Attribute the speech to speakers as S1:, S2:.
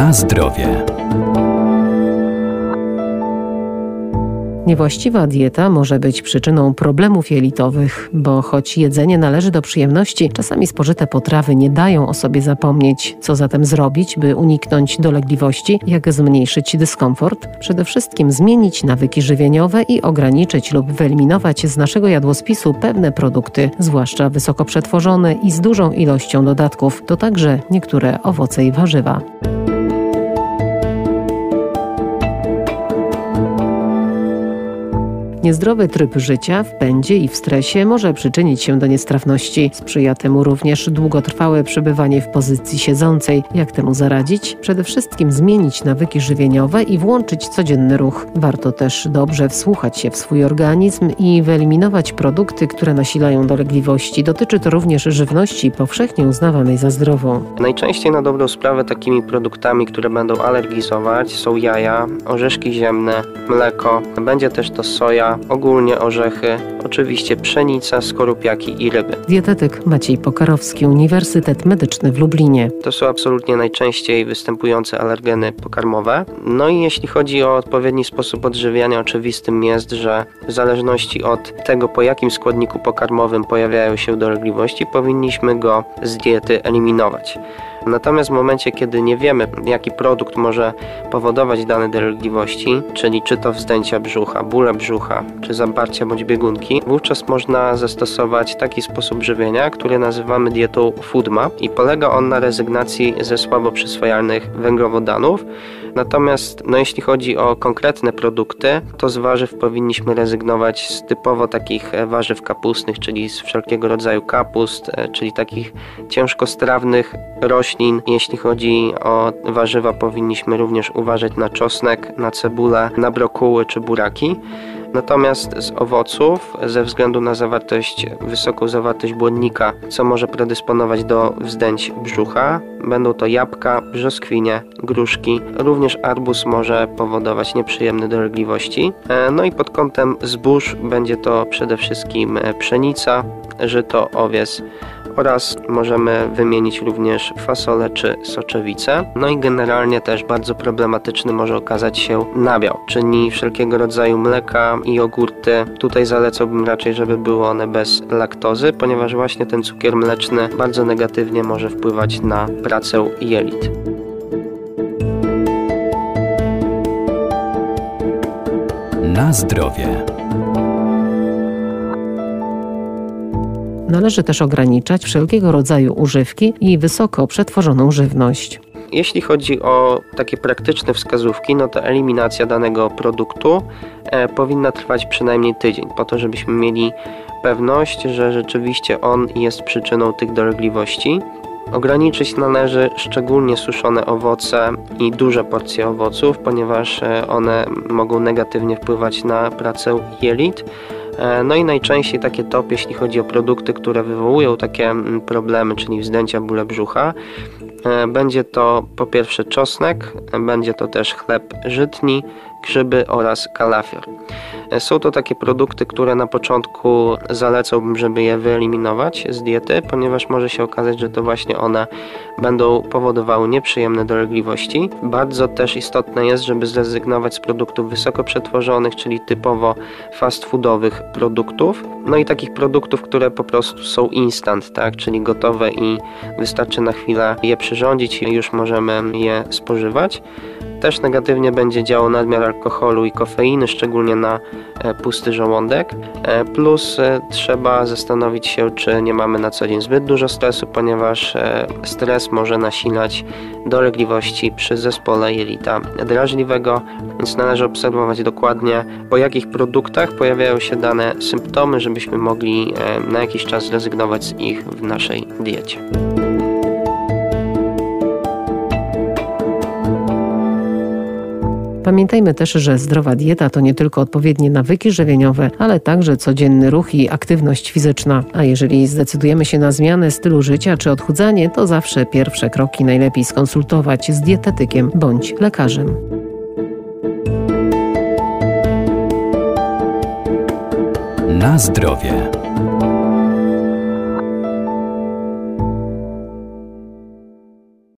S1: Na zdrowie.
S2: Niewłaściwa dieta może być przyczyną problemów jelitowych, bo choć jedzenie należy do przyjemności, czasami spożyte potrawy nie dają o sobie zapomnieć. Co zatem zrobić, by uniknąć dolegliwości? Jak zmniejszyć dyskomfort? Przede wszystkim zmienić nawyki żywieniowe i ograniczyć lub wyeliminować z naszego jadłospisu pewne produkty, zwłaszcza wysoko przetworzone i z dużą ilością dodatków. To także niektóre owoce i warzywa. Niezdrowy tryb życia w pędzie i w stresie może przyczynić się do niestrawności. Sprzyja temu również długotrwałe przebywanie w pozycji siedzącej. Jak temu zaradzić? Przede wszystkim zmienić nawyki żywieniowe i włączyć codzienny ruch. Warto też dobrze wsłuchać się w swój organizm i wyeliminować produkty, które nasilają dolegliwości. Dotyczy to również żywności powszechnie uznawanej za zdrową.
S3: Najczęściej na dobrą sprawę takimi produktami, które będą alergizować, są jaja, orzeszki ziemne, mleko, będzie też to soja, ogólnie orzechy, oczywiście pszenica, skorupiaki i ryby.
S2: Dietetyk Maciej Pokarowski, Uniwersytet Medyczny w Lublinie.
S3: To są absolutnie najczęściej występujące alergeny pokarmowe. No i jeśli chodzi o odpowiedni sposób odżywiania, oczywistym jest, że w zależności od tego, po jakim składniku pokarmowym pojawiają się dolegliwości, powinniśmy go z diety eliminować. Natomiast w momencie, kiedy nie wiemy, jaki produkt może powodować dane dolegliwości, czyli czy to wzdęcia brzucha, bóle brzucha, czy zaparcia bądź biegunki, wówczas można zastosować taki sposób żywienia, który nazywamy dietą FODMAP i polega on na rezygnacji ze słabo przyswajalnych węglowodanów. Natomiast jeśli chodzi o konkretne produkty, to z warzyw powinniśmy rezygnować z typowo takich warzyw kapustnych, czyli z wszelkiego rodzaju kapust, czyli takich ciężkostrawnych roślin. Jeśli chodzi o warzywa, powinniśmy również uważać na czosnek, na cebulę, na brokuły czy buraki. Natomiast z owoców, ze względu na wysoką zawartość błonnika, co może predysponować do wzdęć brzucha, będą to jabłka, brzoskwinie, gruszki. Również arbuz może powodować nieprzyjemne dolegliwości. No i pod kątem zbóż będzie to przede wszystkim pszenica, żyto, owies oraz możemy wymienić również fasolę czy soczewicę. No i generalnie też bardzo problematyczny może okazać się nabiał, czyli wszelkiego rodzaju mleka i jogurty. Tutaj zalecałbym raczej, żeby były one bez laktozy, ponieważ właśnie ten cukier mleczny bardzo negatywnie może wpływać na pracę jelit.
S1: Na zdrowie.
S2: Należy też ograniczać wszelkiego rodzaju używki i wysoko przetworzoną żywność.
S3: Jeśli chodzi o takie praktyczne wskazówki, to eliminacja danego produktu powinna trwać przynajmniej tydzień, po to, żebyśmy mieli pewność, że rzeczywiście on jest przyczyną tych dolegliwości. Ograniczyć należy szczególnie suszone owoce i duże porcje owoców, ponieważ one mogą negatywnie wpływać na pracę jelit. No i najczęściej takie top, jeśli chodzi o produkty, które wywołują takie problemy, czyli wzdęcia, bóle brzucha, będzie to po pierwsze czosnek, będzie to też chleb żytni, grzyby oraz kalafior. Są to takie produkty, które na początku zalecałbym, żeby je wyeliminować z diety, ponieważ może się okazać, że to właśnie one będą powodowały nieprzyjemne dolegliwości. Bardzo też istotne jest, żeby zrezygnować z produktów wysoko przetworzonych, czyli typowo fast foodowych produktów. No i takich produktów, które po prostu są instant, tak, czyli gotowe i wystarczy na chwilę je przyrządzić i już możemy je spożywać. Też negatywnie będzie działał nadmiar alkoholu i kofeiny, szczególnie na pusty żołądek. Plus trzeba zastanowić się, czy nie mamy na co dzień zbyt dużo stresu, ponieważ stres może nasilać dolegliwości przy zespole jelita drażliwego, więc należy obserwować dokładnie, po jakich produktach pojawiają się dane symptomy, żebyśmy mogli na jakiś czas zrezygnować z ich w naszej diecie.
S2: Pamiętajmy też, że zdrowa dieta to nie tylko odpowiednie nawyki żywieniowe, ale także codzienny ruch i aktywność fizyczna. A jeżeli zdecydujemy się na zmianę stylu życia czy odchudzanie, to zawsze pierwsze kroki najlepiej skonsultować z dietetykiem bądź lekarzem.
S1: Na zdrowie.